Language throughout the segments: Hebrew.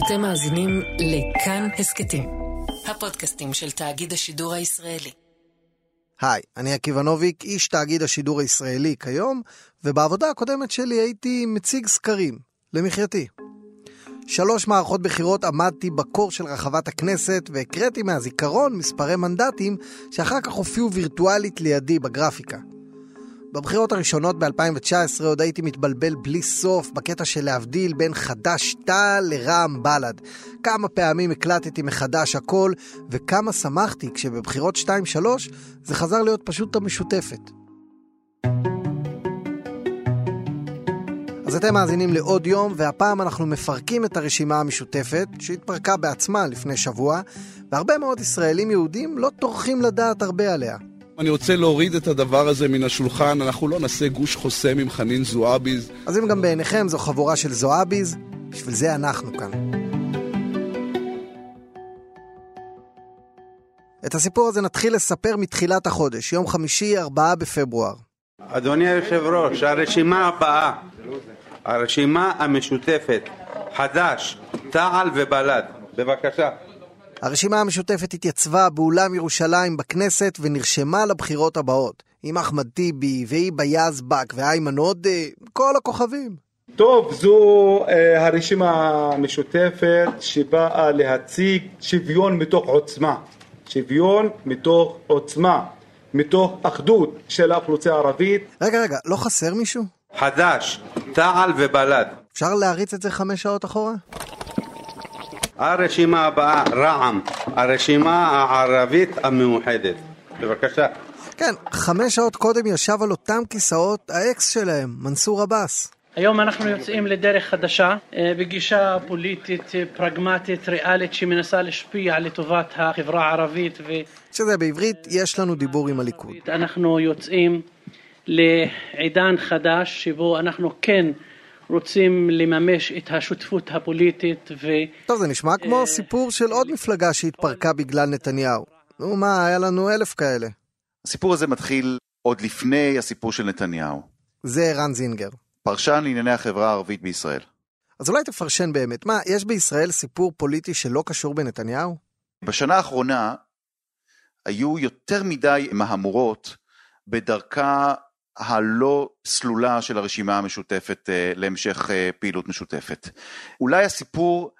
אתם מאזינים לכאן הסקטים, הפודקאסטים של תאגיד השידור הישראלי. היי, אני עקיבא נוביק, איש תאגיד השידור הישראלי כיום, ובעבודה הקודמת שלי הייתי מציג סקרים למחייתי. 3 מערכות בחירות עמדתי בקור של רחבת הכנסת, והקראתי מהזיכרון מספרי מנדטים שאחר כך הופיעו וירטואלית לידי בגרפיקה. בבחירות הראשונות ב-2019 עוד הייתי מתבלבל בלי סוף בקטע של להבדיל בין חד"ש תע"ל לרע"מ בל"ד. כמה פעמים הקלטתי מחדש הכל, וכמה שמחתי כשבבחירות 2-3 זה חזר להיות פשוט המשותפת. אז אתם מאזינים לעוד יום, והפעם אנחנו מפרקים את הרשימה המשותפת שהתפרקה בעצמה לפני שבוע, והרבה מאוד ישראלים יהודים לא טורחים לדעת הרבה עליה. אני רוצה להוריד את הדבר הזה מן השולחן, אנחנו לא נעשה גוש חוסם עם חנין זועביז. אז אם גם בעיניכם זו חבורה של זועביז, בשביל זה אנחנו כאן. את הסיפור הזה נתחיל לספר מתחילת החודש, יום חמישי 4 בפברואר. אדוני היושב ראש, הרשימה הבאה, הרשימה המשותפת, חד"ש, תע"ל ובל"ד, בבקשה. הרשימה המשותפת התייצבה באולם ירושלים בכנסת ונרשמה לבחירות הבאות, עם אחמד טיבי והיבה יזבק ואיימן עודה, כל הכוכבים. טוב, זו הרשימה המשותפת שבאה להציג שוויון מתוך עוצמה. שוויון מתוך עוצמה, מתוך אחדות של האוכלוסייה הערבית. רגע, לא חסר מישהו? חד"ש, תע"ל ובל"ד. אפשר להריץ את זה 5 שעות אחורה? הרשימה הבאה, רע"מ, הרשימה הערבית המאוחדת. בבקשה. כן, 5 שעות קודם ישב על אותם כיסאות האקס שלהם, מנסור עבאס. היום אנחנו יוצאים לדרך חדשה, בגישה פוליטית, פרגמטית, ריאלית, שמנסה להשפיע לטובת החברה הערבית. שזה בעברית, יש לנו דיבור עם הליכוד. אנחנו יוצאים לעידן חדש, שבו אנחנו כן רוצים לממש את השותפות הפוליטית. טוב, זה נשמע כמו סיפור של עוד מפלגה שהתפרקה בגלל נתניהו. נו מה, היה לנו 1,000 כאלה. הסיפור הזה מתחיל עוד לפני הסיפור של נתניהו. זה ערן זינגר, פרשן לענייני החברה הערבית בישראל. אז אולי תפרשן באמת, מה, יש בישראל סיפור פוליטי שלא קשור בנתניהו? בשנה האחרונה היו יותר מדי מהמורות בדרכה הלא סלולה של הרשימה המשותפת להמשך פעילות משותפת. אולי הסיפור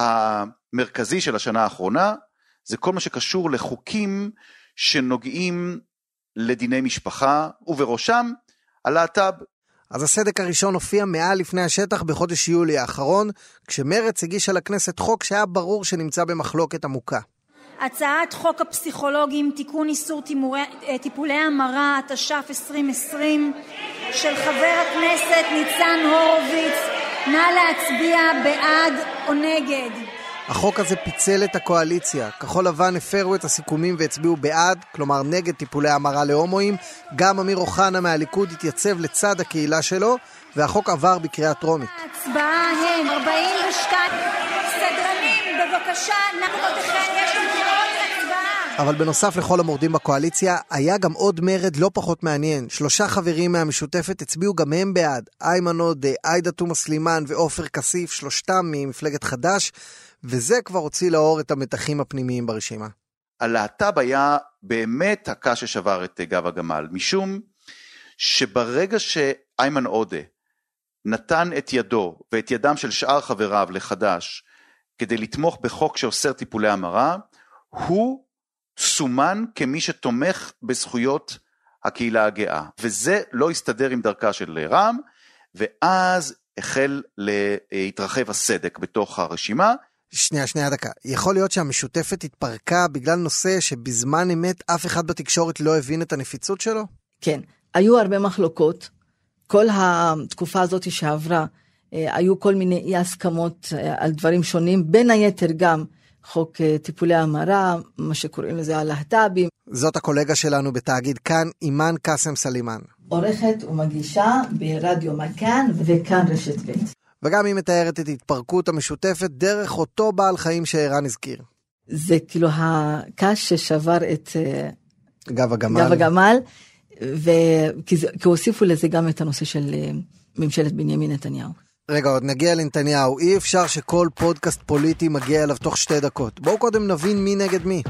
המרכזי של השנה האחרונה זה כל מה שקשור לחוקים שנוגעים לדיני משפחה, ובראשם הלהט"ב. אז הסדק הראשון הופיע מעל לפני השטח בחודש יולי האחרון, כשמרץ הגישה לכנסת חוק שהיה ברור שנמצא במחלוקת עמוקה. הצעת חוק הפסיכולוגים תיקון איסור טיפולי המרה, התש"ף 2020, של חבר הכנסת ניצן הורוביץ. נא להצביע בעד או נגד. החוק הזה פיצל את הקואליציה. כחול לבן הפרו את הסיכומים והצביעו בעד, כלומר נגד טיפולי המרה להומואים. גם אמיר אוחנה מהליכוד התייצב לצד הקהילה שלו, והחוק עבר בקריאה טרומית. ההצבעה הם 42. סדרנים, בבקשה, נקודותיכם, יש לנו עוד הצבעה. אבל בנוסף לכל המורדים בקואליציה, היה גם עוד מרד לא פחות מעניין. 3 חברים מהמשותפת הצביעו גם הם בעד. איימן עודה, עאידה תומא סלימאן ועופר כסיף, 3 ממפלגת חד"ש, וזה כבר הוציא לאור את המתחים הפנימיים ברשימה. הלהט"ב היה באמת הקש ששבר את גב הגמל, משום שברגע שאיימן עודה נתן את ידו ואת ידם של שאר חבריו לחד"ש, כדי לתמוך בחוק שאוסר טיפולי המרה, הוא סומן כמי שתומך בזכויות הקהילה הגאה, וזה לא הסתדר עם דרכה של רע"מ, ואז החל להתרחב הסדק בתוך הרשימה. שנייה דקה. יכול להיות שהמשותפת התפרקה בגלל נושא שבזמן אמת אף אחד בתקשורת לא הבין את הנפיצות שלו? כן, היו הרבה מחלוקות. כל התקופה הזאת שעברה, היו כל מיני אי הסכמות על דברים שונים, בין היתר גם חוק טיפולי המרה, מה שקוראים לזה הלהט"בים. זאת הקולגה שלנו בתאגיד כאן, אימן קאסם סלימאן. עורכת ומגישה ברדיו מכאן וכאן רשת ב'. וגם היא מתארת את התפרקות המשותפת דרך אותו בעל חיים שערן הזכיר. זה כאילו הקש ששבר את גב הגמל. כי הוסיפו לזה גם את הנושא של ממשלת בנימין נתניהו. רגע, עוד נגיע לנתניהו. אי אפשר שכל פודקאסט פוליטי מגיע אליו תוך 2 דקות. בואו קודם נבין מי נגד מי.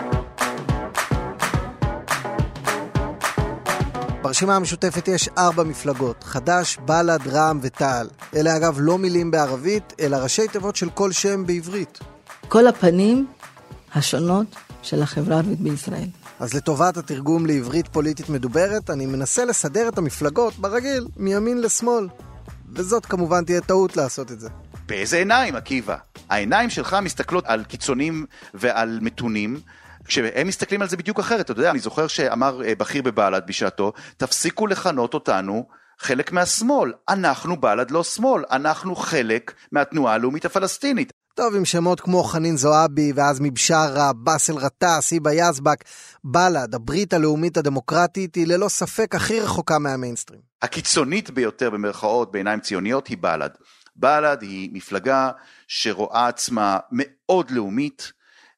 ברשימה המשותפת יש 4 מפלגות, חד"ש, בל"ד, רע"מ ותע"ל. אלה אגב לא מילים בערבית, אלא ראשי תיבות של כל שם בעברית. כל הפנים השונות של החברה הערבית בישראל. אז לטובת התרגום לעברית פוליטית מדוברת, אני מנסה לסדר את המפלגות ברגיל, מימין לשמאל. וזאת כמובן תהיה טעות לעשות את זה. באיזה עיניים, עקיבא? העיניים שלך מסתכלות על קיצונים ועל מתונים, כשהם מסתכלים על זה בדיוק אחרת. אתה יודע, אני זוכר שאמר בכיר בבל"ד בשעתו, תפסיקו לכנות אותנו חלק מהשמאל. אנחנו בל"ד לא שמאל, אנחנו חלק מהתנועה הלאומית הפלסטינית. טוב, עם שמות כמו חנין זועבי ועזמי בשארה, באסל גטאס, היבה יזבק, בל"ד, הברית הלאומית הדמוקרטית, היא ללא ספק הכי רחוקה מהמיינסטרים. הקיצונית ביותר במרכאות בעיניים ציוניות היא בל"ד. בל"ד היא מפלגה שרואה עצמה מאוד לאומית,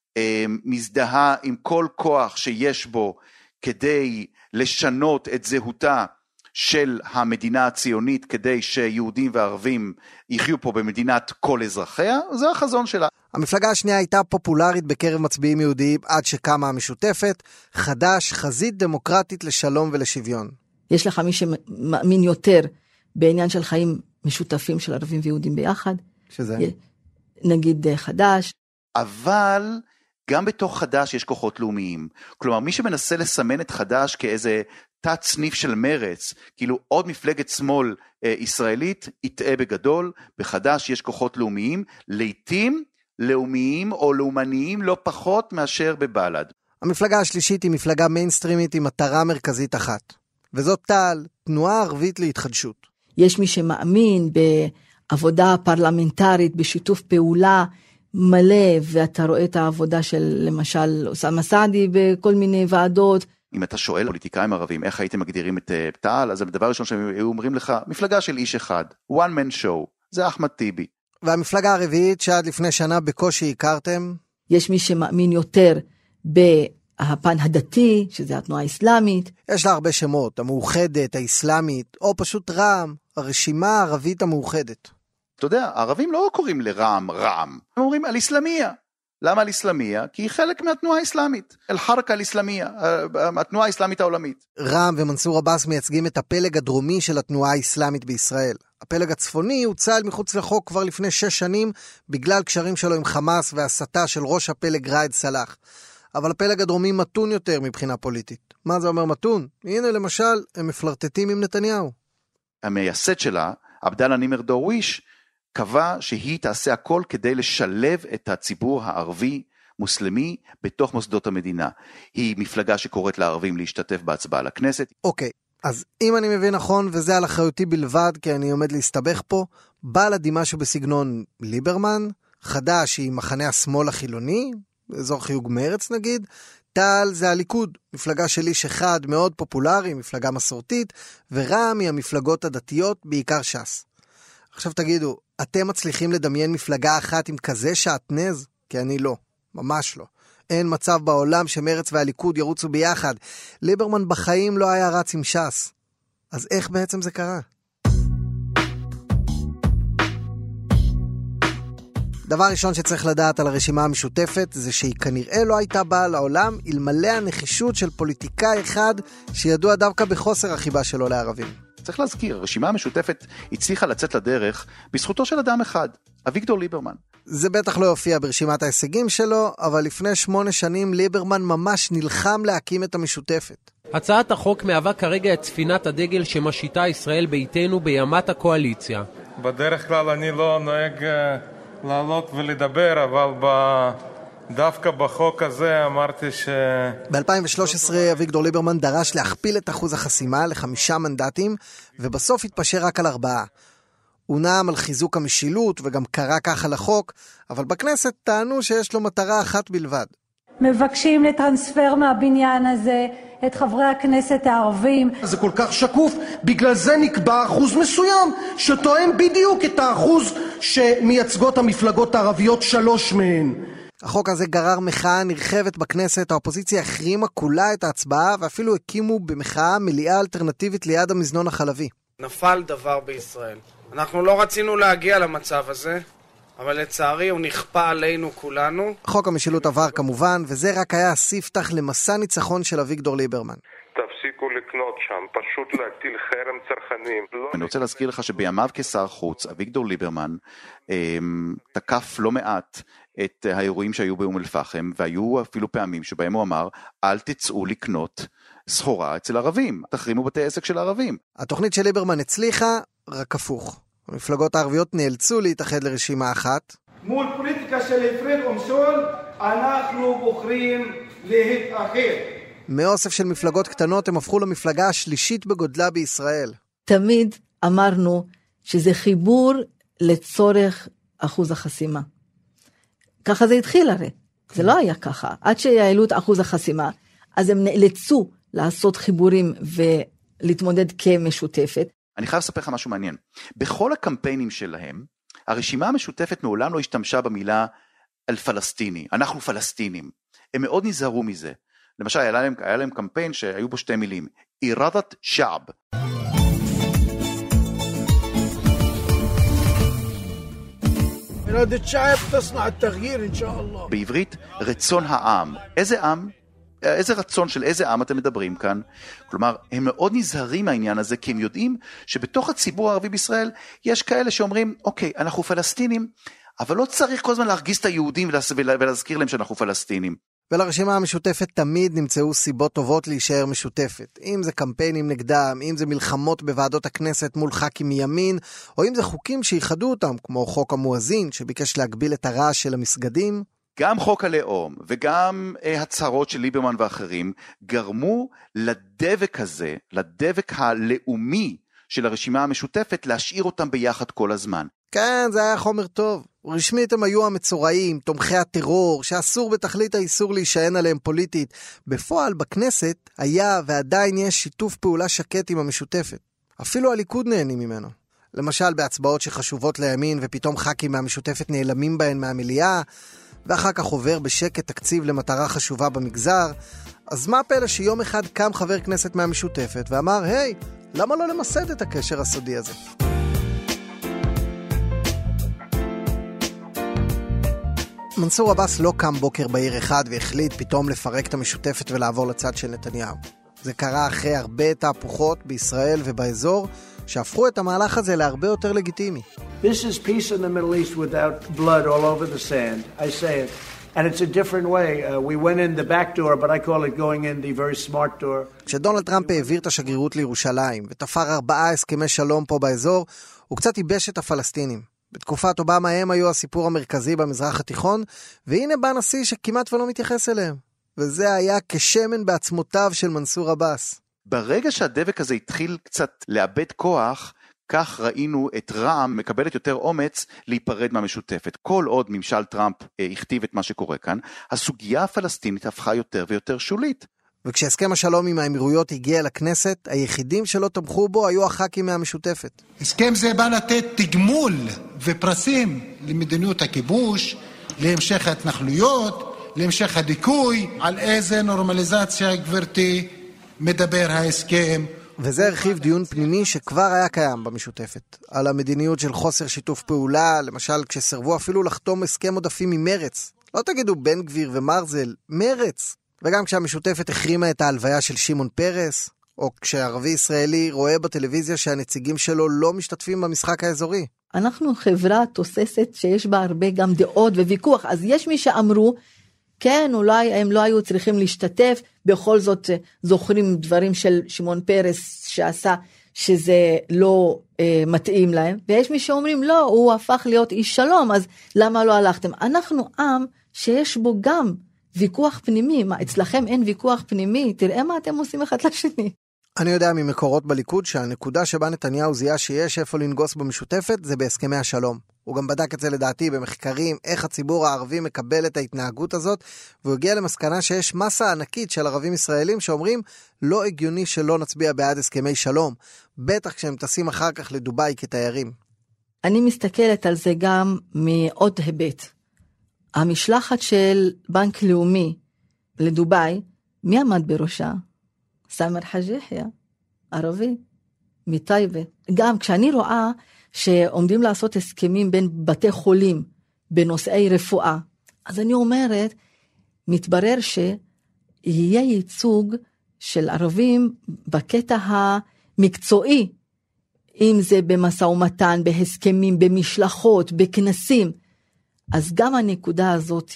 מזדהה עם כל כוח שיש בו כדי לשנות את זהותה של המדינה הציונית, כדי שיהודים וערבים יחיו פה במדינת כל אזרחיה. זה החזון שלה. המפלגה השנייה הייתה פופולרית בקרב מצביעים יהודיים עד שקמה המשותפת, חד"ש, חזית דמוקרטית לשלום ולשוויון. יש לך מי שמאמין יותר בעניין של חיים משותפים של ערבים ויהודים ביחד. שזה? נגיד חד"ש. אבל גם בתוך חד"ש יש כוחות לאומיים. כלומר, מי שמנסה לסמן את חד"ש כאיזה תת סניף של מרץ, כאילו עוד מפלגת שמאל ישראלית, יטעה בגדול. בחד"ש יש כוחות לאומיים, לעתים לאומיים או לאומניים לא פחות מאשר בבל"ד. המפלגה השלישית היא מפלגה מיינסטרימית עם מטרה מרכזית אחת, וזאת תע"ל, תנועה ערבית להתחדשות. יש מי שמאמין בעבודה פרלמנטרית, בשיתוף פעולה מלא, ואתה רואה את העבודה של למשל אוסאמה סעדי בכל מיני ועדות. אם אתה שואל פוליטיקאים ערבים איך הייתם מגדירים את תע"ל, אז הדבר הראשון שהם אומרים לך, מפלגה של איש אחד, one man show, זה אחמד טיבי. והמפלגה הרביעית שעד לפני שנה בקושי הכרתם? יש מי שמאמין יותר בהפן הדתי, שזה התנועה האסלאמית. יש לה הרבה שמות, המאוחדת, האסלאמית, או פשוט רע"מ, הרשימה הערבית המאוחדת. אתה יודע, הערבים לא קוראים לרע"מ רע"מ, הם אומרים על אסלאמיה. למה על אסלאמיה? כי היא חלק מהתנועה האסלאמית. אל-חרקה על-אסלאמיה, התנועה האסלאמית העולמית. רע"מ ומנסור עבאס מייצגים את הפלג הדרומי של התנועה האסלאמית בישראל. הפלג הצפוני הוצא אל מחוץ לחוק כבר לפני 6 שנים, בגלל קשרים שלו עם חמאס והסתה של ראש הפלג ראאד סלאח. אבל הפלג הדרומי מתון יותר מבחינה פוליטית. מה זה אומר מתון? הנה למשל, הם מפלרטטים עם נתניהו. המייסד שלה, עבדאללה נימר דרוויש, קבע שהיא תעשה הכל כדי לשלב את הציבור הערבי מוסלמי בתוך מוסדות המדינה. היא מפלגה שקוראת לערבים להשתתף בהצבעה לכנסת. אוקיי, אז אם אני מבין נכון, וזה על אחריותי בלבד, כי אני עומד להסתבך פה, בל"ד היא משהו בסגנון ליברמן, חד"ש היא מחנה השמאל החילוני, אזור חיוג מרץ נגיד, תע"ל זה הליכוד, מפלגה של איש אחד מאוד פופולרי, מפלגה מסורתית, ורע"מ היא המפלגות הדתיות, בעיקר ש"ס. עכשיו תגידו, אתם מצליחים לדמיין מפלגה אחת עם כזה שעטנז? כי אני לא, ממש לא. אין מצב בעולם שמרץ והליכוד ירוצו ביחד. ליברמן בחיים לא היה רץ עם ש"ס. אז איך בעצם זה קרה? דבר ראשון שצריך לדעת על הרשימה המשותפת זה שהיא כנראה לא הייתה באה לעולם אלמלא הנחישות של פוליטיקאי אחד שידוע דווקא בחוסר החיבה שלו לערבים. צריך להזכיר, הרשימה המשותפת הצליחה לצאת לדרך בזכותו של אדם אחד, אביגדור ליברמן. זה בטח לא יופיע ברשימת ההישגים שלו, אבל לפני 8 שנים ליברמן ממש נלחם להקים את המשותפת. הצעת החוק מהווה כרגע את ספינת הדגל שמשיתה ישראל ביתנו בימת הקואליציה. בדרך כלל אני לא נוהג לעלות ולדבר, אבל דווקא בחוק הזה אמרתי ב-2013 אביגדור ליברמן דרש להכפיל את אחוז החסימה ל5 מנדטים, ובסוף התפשר רק על 4. הוא נאם על חיזוק המשילות וגם קרא ככה לחוק, אבל בכנסת טענו שיש לו מטרה אחת בלבד. מבקשים לטרנספר מהבניין הזה את חברי הכנסת הערבים. זה כל כך שקוף, בגלל זה נקבע אחוז מסוים שתואם בדיוק את האחוז שמייצגות המפלגות הערביות 3 מהן. החוק הזה גרר מחאה נרחבת בכנסת, האופוזיציה החרימה כולה את ההצבעה, ואפילו הקימו במחאה מליאה אלטרנטיבית ליד המזנון החלבי. נפל דבר בישראל. אנחנו לא רצינו להגיע למצב הזה, אבל לצערי הוא נכפה עלינו כולנו. חוק המשילות עבר כמובן, וזה רק היה הספתח למסע ניצחון של אביגדור ליברמן. תפסיקו לקנות שם, פשוט להטיל חרם צרכנים. אני רוצה להזכיר לך שבימיו כשר חוץ, אביגדור ליברמן תקף לא מעט את האירועים שהיו באום אל-פחם, והיו אפילו פעמים שבהם הוא אמר, אל תצאו לקנות סחורה אצל ערבים, תחרימו בתי עסק של ערבים. התוכנית של ליברמן הצליחה, רק הפוך. המפלגות הערביות נאלצו להתאחד לרשימה אחת. מול פוליטיקה של הפרד ומשול, אנחנו בוחרים להתאחד. מאוסף של מפלגות קטנות הם הפכו למפלגה השלישית בגודלה בישראל. תמיד אמרנו שזה חיבור לצורך אחוז החסימה. ככה זה התחיל הרי. זה לא היה ככה. עד שיעלו את אחוז החסימה, אז הם נאלצו לעשות חיבורים ולהתמודד כמשותפת. אני חייב לספר לך משהו מעניין. בכל הקמפיינים שלהם, הרשימה המשותפת מעולם לא השתמשה במילה על פלסטיני. אנחנו פלסטינים. הם מאוד נזהרו מזה. למשל, היה להם קמפיין שהיו בו שתי מילים. אירדת שעב. אירדת שעב תסנע התג'יר, אינשאללה. בעברית, רצון העם. איזה עם? איזה רצון של איזה עם אתם מדברים כאן? כלומר, הם מאוד נזהרים מהעניין הזה, כי הם יודעים שבתוך הציבור הערבי בישראל, יש כאלה שאומרים, אוקיי, אנחנו פלסטינים, אבל לא צריך כל הזמן להרגיז את היהודים ולהזכיר להם שאנחנו פלסטינים. ולרשימה המשותפת תמיד נמצאו סיבות טובות להישאר משותפת. אם זה קמפיינים נגדם, אם זה מלחמות בוועדות הכנסת מול ח"כים מימין, או אם זה חוקים שיחדו אותם, כמו חוק המואזין, שביקש להגביל את הרעש של המסגדים. גם חוק הלאום וגם הצהרות של ליברמן ואחרים גרמו לדבק הזה, לדבק הלאומי של הרשימה המשותפת, להשאיר אותם ביחד כל הזמן. כן, זה היה חומר טוב. רשמית הם היו המצורעים, תומכי הטרור, שאסור בתכלית האיסור להישען עליהם פוליטית. בפועל בכנסת היה ועדיין יש שיתוף פעולה שקט עם המשותפת. אפילו הליכוד נהנים ממנו. למשל בהצבעות שחשובות לימין ופתאום ח"כים מהמשותפת נעלמים בהן מהמליאה, ואחר כך עובר בשקט תקציב למטרה חשובה במגזר. אז מה הפלא שיום אחד קם חבר כנסת מהמשותפת ואמר, היי, למה לא למסד את הקשר הסודי הזה? מנסור עבאס לא קם בוקר בעיר אחד והחליט פתאום לפרק את המשותפת ולעבור לצד של נתניהו. זה קרה אחרי הרבה תהפוכות בישראל ובאזור, שהפכו את המהלך הזה להרבה יותר לגיטימי. This is peace in the Middle East without blood all over the sand. I say it. And it's a different way. We went in the back door, but I call it going in the very smart door. כשדונלד טראמפ העביר את השגרירות לירושלים ותפר 4 הסכמי שלום פה באזור, הוא קצת ייבש את הפלסטינים. בתקופת אובמה הם היו הסיפור המרכזי במזרח התיכון, והנה בא נשיא שכמעט ולא מתייחס אליהם. וזה היה כשמן בעצמותיו של מנסור עבאס. ברגע שהדבק הזה התחיל קצת לאבד כוח, כך ראינו את רע"מ מקבלת יותר אומץ להיפרד מהמשותפת. כל עוד ממשל טראמפ הכתיב את מה שקורה כאן, הסוגיה הפלסטינית הפכה יותר ויותר שולית. וכשהסכם השלום עם האמירויות הגיע לכנסת, היחידים שלא תמכו בו היו הח"כים מהמשותפת. הסכם זה בא לתת תגמול ופרסים למדיניות הכיבוש, להמשך ההתנחלויות, להמשך הדיכוי. על איזה נורמליזציה, גברתי, מדבר ההסכם? וזה הרחיב דיון פנימי שכבר היה קיים במשותפת. על המדיניות של חוסר שיתוף פעולה, למשל כשסרבו אפילו לחתום הסכם עודפים ממרץ. לא תגידו בן גביר ומרזל, מרץ. וגם כשהמשותפת החרימה את ההלוויה של שמעון פרס, או כשערבי ישראלי רואה בטלוויזיה שהנציגים שלו לא משתתפים במשחק האזורי. אנחנו חברה תוססת שיש בה הרבה גם דעות וויכוח, אז יש מי שאמרו, כן, אולי הם לא היו צריכים להשתתף, בכל זאת זוכרים דברים של שמעון פרס שעשה, שזה לא מתאים להם, ויש מי שאומרים, לא, הוא הפך להיות איש שלום, אז למה לא הלכתם? אנחנו עם שיש בו גם ויכוח פנימי. מה, אצלכם אין ויכוח פנימי? תראה מה אתם עושים אחד לשני. אני יודע ממקורות בליכוד שהנקודה שבה נתניהו זיהה שיש איפה לנגוס במשותפת זה בהסכמי השלום. הוא גם בדק את זה לדעתי במחקרים, איך הציבור הערבי מקבל את ההתנהגות הזאת, והוא הגיע למסקנה שיש מסה ענקית של ערבים ישראלים שאומרים לא הגיוני שלא נצביע בעד הסכמי שלום, בטח כשהם טסים אחר כך לדוביי כתיירים. אני מסתכלת על זה גם מעוד היבט. המשלחת של בנק לאומי לדוביי, מי עמד בראשה? סאמר חאג' יחיא, ערבי. מטייבה. גם כשאני רואה שעומדים לעשות הסכמים בין בתי חולים בנושאי רפואה, אז אני אומרת, מתברר שיהיה ייצוג של ערבים בקטע המקצועי, אם זה במשא ומתן, בהסכמים, במשלחות, בכנסים. אז גם הנקודה הזאת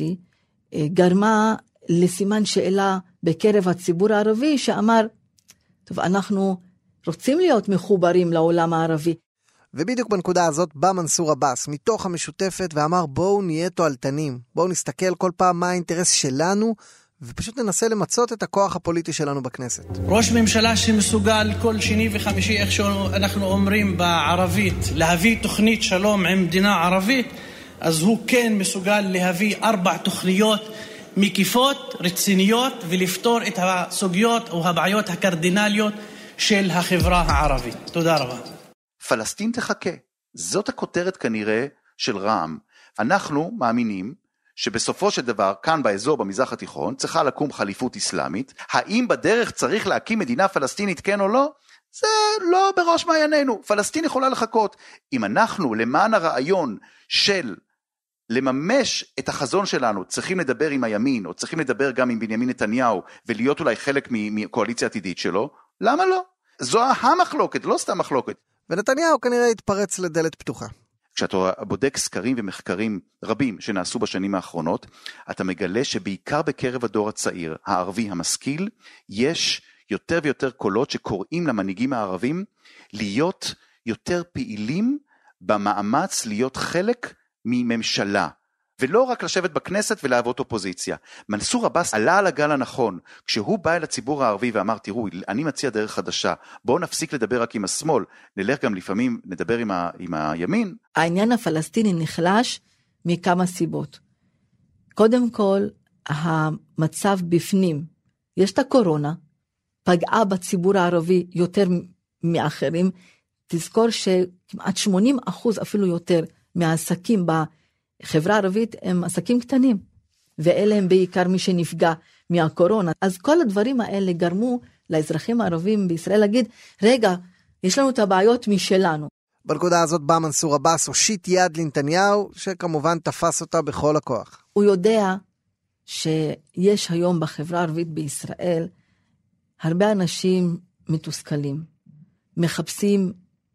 גרמה לסימן שאלה בקרב הציבור הערבי, שאמר, טוב, אנחנו רוצים להיות מחוברים לעולם הערבי. ובדיוק בנקודה הזאת בא מנסור עבאס מתוך המשותפת ואמר, בואו נהיה תועלתנים, בואו נסתכל כל פעם מה האינטרס שלנו, ופשוט ננסה למצות את הכוח הפוליטי שלנו בכנסת. ראש ממשלה שמסוגל כל שני וחמישי, איך שאנחנו אומרים בערבית, להביא תוכנית שלום עם מדינה ערבית, אז הוא כן מסוגל להביא 4 תוכניות מקיפות, רציניות, ולפתור את הסוגיות או הבעיות הקרדינליות של החברה הערבית. תודה רבה. פלסטין תחכה. זאת הכותרת כנראה של רע"מ. אנחנו מאמינים שבסופו של דבר, כאן באזור במזרח התיכון, צריכה לקום חליפות אסלאמית. האם בדרך צריך להקים מדינה פלסטינית, כן או לא? זה לא בראש מעיינינו. פלסטין יכולה לחכות. אם אנחנו, למען הרעיון של לממש את החזון שלנו, צריכים לדבר עם הימין, או צריכים לדבר גם עם בנימין נתניהו, ולהיות אולי חלק מקואליציה עתידית שלו, למה לא? זו המחלוקת, לא סתם מחלוקת. ונתניהו כנראה התפרץ לדלת פתוחה. כשאתה בודק סקרים ומחקרים רבים שנעשו בשנים האחרונות, אתה מגלה שבעיקר בקרב הדור הצעיר, הערבי המשכיל, יש יותר ויותר קולות שקוראים למנהיגים הערבים להיות יותר פעילים במאמץ להיות חלק מממשלה, ולא רק לשבת בכנסת ולעבוד אופוזיציה. מנסור עבאס עלה על הגל הנכון, כשהוא בא אל הציבור הערבי ואמר, תראו, אני מציע דרך חדשה, בואו נפסיק לדבר רק עם השמאל, נלך גם לפעמים נדבר עם הימין. העניין הפלסטיני נחלש מכמה סיבות. קודם כל, המצב בפנים, יש את הקורונה, פגעה בציבור הערבי יותר מאחרים, תזכור שכמעט 80% אפילו יותר מהעסקים בחברה הערבית הם עסקים קטנים, ואלה הם בעיקר מי שנפגע מהקורונה. אז כל הדברים האלה גרמו לאזרחים הערבים בישראל להגיד, רגע, יש לנו את הבעיות משלנו. בנקודה הזאת בא מנסור עבאס, הושיט יד לנתניהו, שכמובן תפס אותה בכל הכוח. הוא יודע שיש היום בחברה הערבית בישראל הרבה אנשים מתוסכלים, מחפשים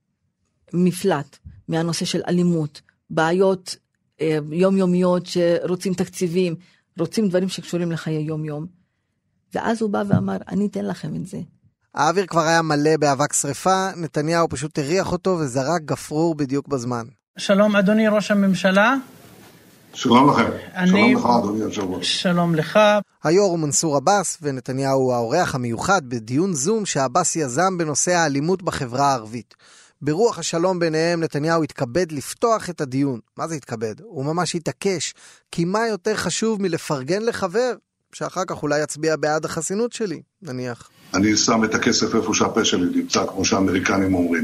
מפלט מהנושא של אלימות, בעיות יומיומיות שרוצים תקציבים, רוצים דברים שקשורים לחיי יום-יום. ואז הוא בא ואמר, אני אתן לכם את זה. האוויר כבר היה מלא באבק שריפה, נתניהו פשוט הריח אותו וזרק גפרור בדיוק בזמן. שלום אדוני ראש הממשלה. שלום לכם. שלום לך אדוני היושב-ראש. שלום לך. היו"ר הוא מנסור עבאס ונתניהו הוא האורח המיוחד בדיון זום שעבאס יזם בנושא האלימות בחברה הערבית. ברוח השלום ביניהם נתניהו התכבד לפתוח את הדיון. מה זה התכבד? הוא ממש התעקש, כי מה יותר חשוב מלפרגן לחבר, שאחר כך אולי יצביע בעד החסינות שלי, נניח. אני שם את הכסף איפה שהפה שלי נמצא, כמו שהאמריקנים אומרים.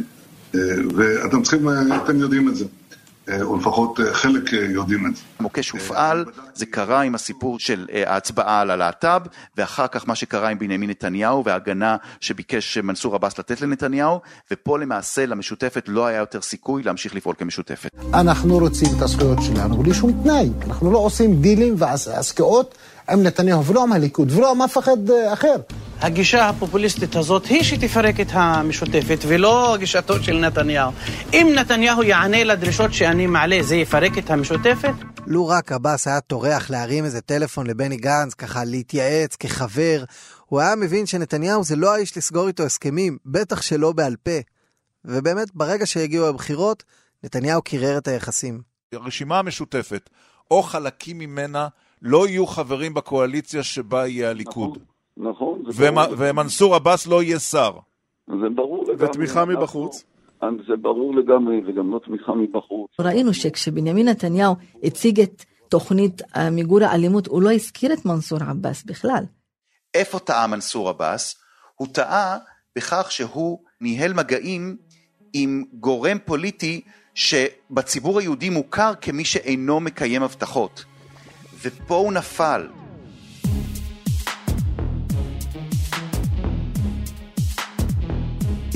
אתם יודעים את זה. או לפחות חלק יודעים את זה. המוקש הופעל, זה קרה עם הסיפור של ההצבעה על הלהט"ב, ואחר כך מה שקרה עם בנימין נתניהו, וההגנה שביקש מנסור עבאס לתת לנתניהו, ופה למעשה למשותפת לא היה יותר סיכוי להמשיך לפעול כמשותפת. אנחנו רוצים את הזכויות שלנו, בלי שום תנאי. אנחנו לא עושים דילים ועסקאות עם נתניהו, ולא עם הליכוד, ולא עם אף אחד אחר. הגישה הפופוליסטית הזאת היא שתפרק את המשותפת, ולא גישתו של נתניהו. אם נתניהו יענה לדרישות שאני מעלה, זה יפרק את המשותפת? לו רק עבאס היה טורח להרים איזה טלפון לבני גנץ, ככה להתייעץ כחבר, הוא היה מבין שנתניהו זה לא האיש לסגור איתו הסכמים, בטח שלא בעל פה. ובאמת, ברגע שהגיעו הבחירות, נתניהו קירר את היחסים. הרשימה המשותפת, או חלקים ממנה, לא יהיו חברים בקואליציה שבה יהיה הליכוד. נכון. ומנסור עבאס לא יהיה שר. זה ברור לגמרי. ותמיכה מבחוץ? זה ברור לגמרי, וגם לא תמיכה מבחוץ. ראינו שכשבנימין נתניהו הציג את תוכנית מיגור האלימות, הוא לא הזכיר את מנסור עבאס בכלל. איפה טעה מנסור עבאס? הוא טעה בכך שהוא ניהל מגעים עם גורם פוליטי שבציבור היהודי מוכר כמי שאינו מקיים הבטחות. ופה הוא נפל.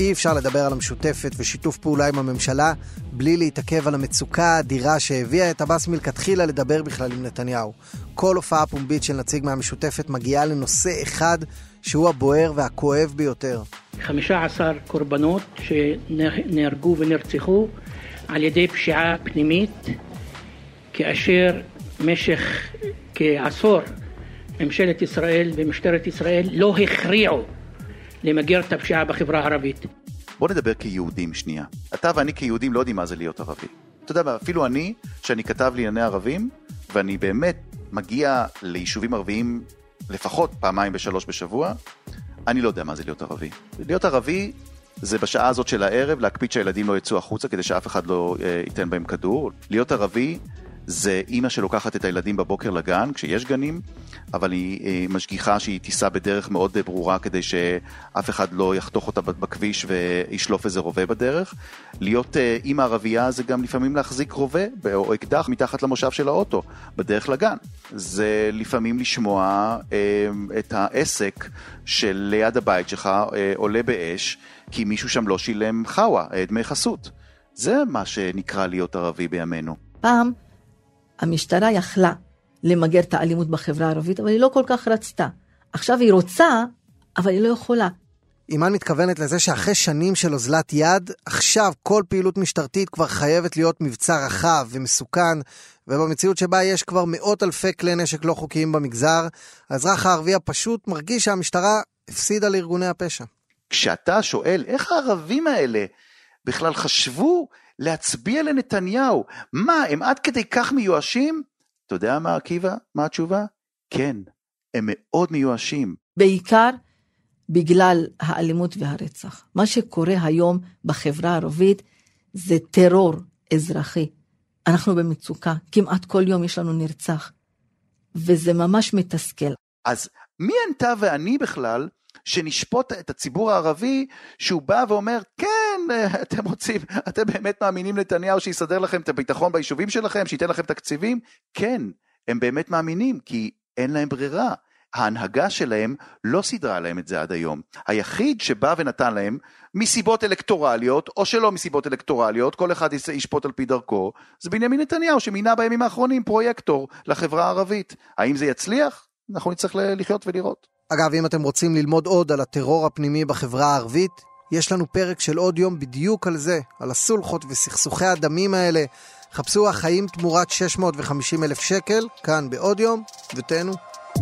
אי אפשר לדבר על המשותפת ושיתוף פעולה עם הממשלה בלי להתעכב על המצוקה האדירה שהביאה את עבאס מלכתחילה לדבר בכלל עם נתניהו. כל הופעה פומבית של נציג מהמשותפת מגיעה לנושא אחד שהוא הבוער והכואב ביותר. 15 קורבנות שנהרגו ונרצחו על ידי פשיעה פנימית, כאשר משך כעשור ממשלת ישראל ומשטרת ישראל לא הכריעו למגר את הפשיעה בחברה הערבית. בוא נדבר כיהודים שנייה. אתה ואני כיהודים לא יודעים מה זה להיות ערבי. אתה יודע, אפילו אני, שאני כתב לענייני ערבים, ואני באמת מגיע ליישובים ערביים לפחות 2-3 בשבוע, אני לא יודע מה זה להיות ערבי. להיות ערבי זה בשעה הזאת של הערב, להקפיד שהילדים לא יצאו החוצה כדי שאף אחד לא ייתן בהם כדור. להיות ערבי זה אמא שלוקחת את הילדים בבוקר לגן, כשיש גנים, אבל היא משגיחה שהיא תיסע בדרך מאוד ברורה כדי שאף אחד לא יחתוך אותה בכביש וישלוף איזה רובה בדרך. להיות אמא ערבייה זה גם לפעמים להחזיק רובה או אקדח מתחת למושב של האוטו בדרך לגן. זה לפעמים לשמוע את העסק של ליד הבית שלך עולה באש כי מישהו שם לא שילם חווה, דמי חסות. זה מה שנקרא להיות ערבי בימינו. פעם המשטרה יכלה למגר את האלימות בחברה הערבית, אבל היא לא כל כך רצתה. עכשיו היא רוצה, אבל היא לא יכולה. אימן מתכוונת לזה שאחרי שנים של אוזלת יד, עכשיו כל פעילות משטרתית כבר חייבת להיות מבצע רחב ומסוכן, ובמציאות שבה יש כבר מאות אלפי כלי נשק לא חוקיים במגזר, האזרח הערבי הפשוט מרגיש שהמשטרה הפסידה לארגוני הפשע. כשאתה שואל איך הערבים האלה בכלל חשבו להצביע לנתניהו, מה, הם עד כדי כך מיואשים? אתה יודע מה, עקיבא? מה התשובה? כן, הם מאוד מיואשים. בעיקר בגלל האלימות והרצח. מה שקורה היום בחברה הערבית זה טרור אזרחי. אנחנו במצוקה, כמעט כל יום יש לנו נרצח, וזה ממש מתסכל. אז מי אתה ואני בכלל שנשפוט את הציבור הערבי שהוא בא ואומר, כן, אתם רוצים, אתם באמת מאמינים נתניהו שיסדר לכם את הביטחון ביישובים שלכם, שייתן לכם תקציבים? כן, הם באמת מאמינים, כי אין להם ברירה. ההנהגה שלהם לא סדרה להם את זה עד היום. היחיד שבא ונתן להם מסיבות אלקטורליות, או שלא מסיבות אלקטורליות, כל אחד ישפוט על פי דרכו, זה בנימין נתניהו שמינה בימים האחרונים פרויקטור לחברה הערבית. האם זה יצליח? אנחנו נצטרך לחיות ולראות. אגב, אם אתם רוצים ללמוד עוד על הטרור הפנימי בחברה הערבית, יש לנו פרק של עוד יום בדיוק על זה, על הסולחות וסכסוכי הדמים האלה. חפשו החיים תמורת 650,000 שקל, כאן בעוד יום, ותהנו.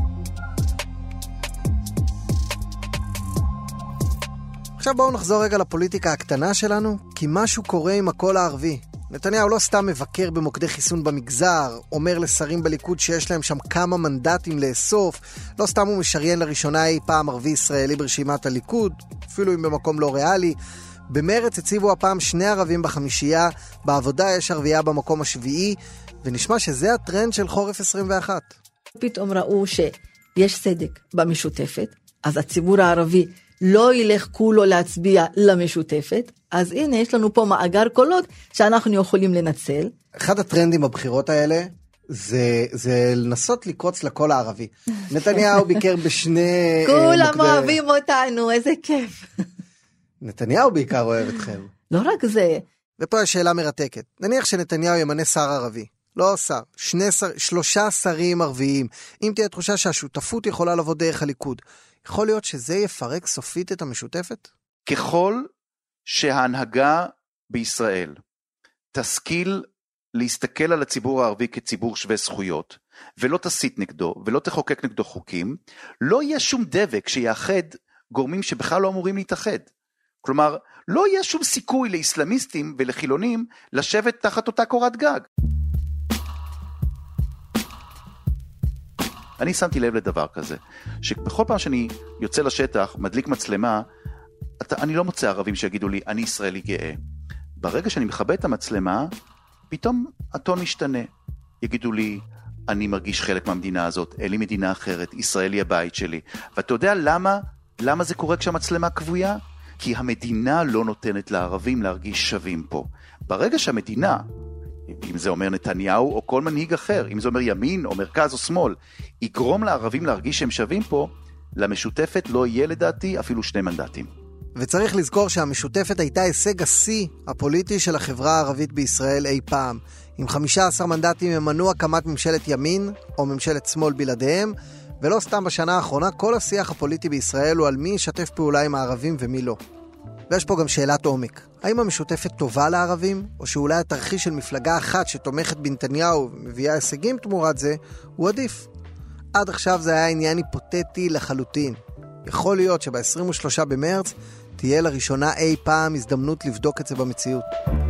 עכשיו בואו נחזור רגע לפוליטיקה הקטנה שלנו, כי משהו קורה עם הקול הערבי. נתניהו לא סתם מבקר במוקדי חיסון במגזר, אומר לשרים בליכוד שיש להם שם כמה מנדטים לאסוף, לא סתם הוא משריין לראשונה אי פעם ערבי ישראלי ברשימת הליכוד, אפילו אם במקום לא ריאלי. במרץ הציבו הפעם 2 ערבים בחמישייה, בעבודה יש ערבייה במקום השביעי, ונשמע שזה הטרנד של חורף 21. פתאום ראו שיש צדק במשותפת, אז הציבור הערבי לא ילך כולו להצביע למשותפת, אז הנה יש לנו פה מאגר קולות שאנחנו יכולים לנצל. אחד הטרנדים בבחירות האלה זה לנסות לקרוץ לקול הערבי. נתניהו ביקר בשני כולם אוהבים אותנו, איזה כיף. נתניהו בעיקר אוהב אתכם. לא רק זה. ופה השאלה מרתקת. נניח שנתניהו ימנה שר ערבי. לא שר, 3 שרים ערביים. אם תהיה תחושה שהשותפות יכולה לבוא דרך הליכוד, יכול להיות שזה יפרק סופית את המשותפת? ככל שההנהגה בישראל תשכיל להסתכל על הציבור הערבי כציבור שווה זכויות, ולא תסית נגדו, ולא תחוקק נגדו חוקים, לא יהיה שום דבק שיאחד גורמים שבכלל לא אמורים להתאחד. כלומר, לא יהיה שום סיכוי לאסלאמיסטים ולחילונים לשבת תחת אותה קורת גג. אני שמתי לב לדבר כזה, שבכל פעם שאני יוצא לשטח, מדליק מצלמה, אני לא מוצא ערבים שיגידו לי, אני ישראלי גאה. ברגע שאני מכבה את המצלמה, פתאום הטון משתנה. יגידו לי, אני מרגיש חלק מהמדינה הזאת, אין לי מדינה אחרת, ישראל היא הבית שלי. ואתה יודע למה זה קורה כשהמצלמה קבויה? כי המדינה לא נותנת לערבים להרגיש שווים פה. ברגע שהמדינה, אם זה אומר נתניהו או כל מנהיג אחר, אם זה אומר ימין או מרכז או שמאל, יגרום לערבים להרגיש שהם שווים פה, למשותפת לא יהיה לדעתי אפילו 2 מנדטים. וצריך לזכור שהמשותפת הייתה הישג השיא הפוליטי של החברה הערבית בישראל אי פעם. עם 15 מנדטים הם מנעו הקמת ממשלת ימין או ממשלת שמאל בלעדיהם, ולא סתם בשנה האחרונה כל השיח הפוליטי בישראל הוא על מי ישתף פעולה עם הערבים ומי לא. ויש פה גם שאלת עומק. האם המשותפת טובה לערבים, או שאולי התרחיש של מפלגה אחת שתומכת בנתניהו ומביאה הישגים תמורת זה, הוא עדיף? עד עכשיו זה היה עניין היפותטי לחלוטין. יכול להיות שב-23 במרץ תהיה לראשונה אי פעם הזדמנות לבדוק את זה במציאות.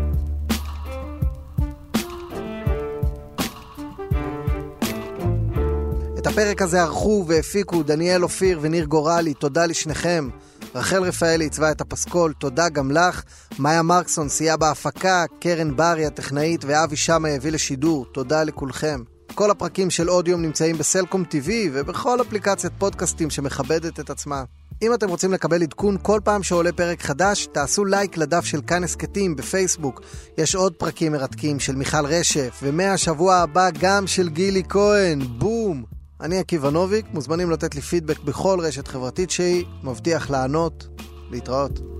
את הפרק הזה ערכו והפיקו דניאל אופיר וניר גורלי, תודה לשניכם. רחל רפאלי עיצבה את הפסקול, תודה גם לך. מאיה מרקסון סייעה בהפקה, קרן ברי הטכנאית ואבי שמה הביא לשידור, תודה לכולכם. כל הפרקים של אודיום נמצאים בסלקום TV ובכל אפליקציית פודקאסטים שמכבדת את עצמה. אם אתם רוצים לקבל עדכון כל פעם שעולה פרק חדש, תעשו לייק לדף של כאן הסקטים בפייסבוק. יש עוד פרקים מרתקים של מיכל רשף, ומהשבוע הבא גם של גילי כהן. בום! אני עקיבא נוביק, מוזמנים לתת לי פידבק בכל רשת חברתית שהיא, מבטיח לענות. להתראות.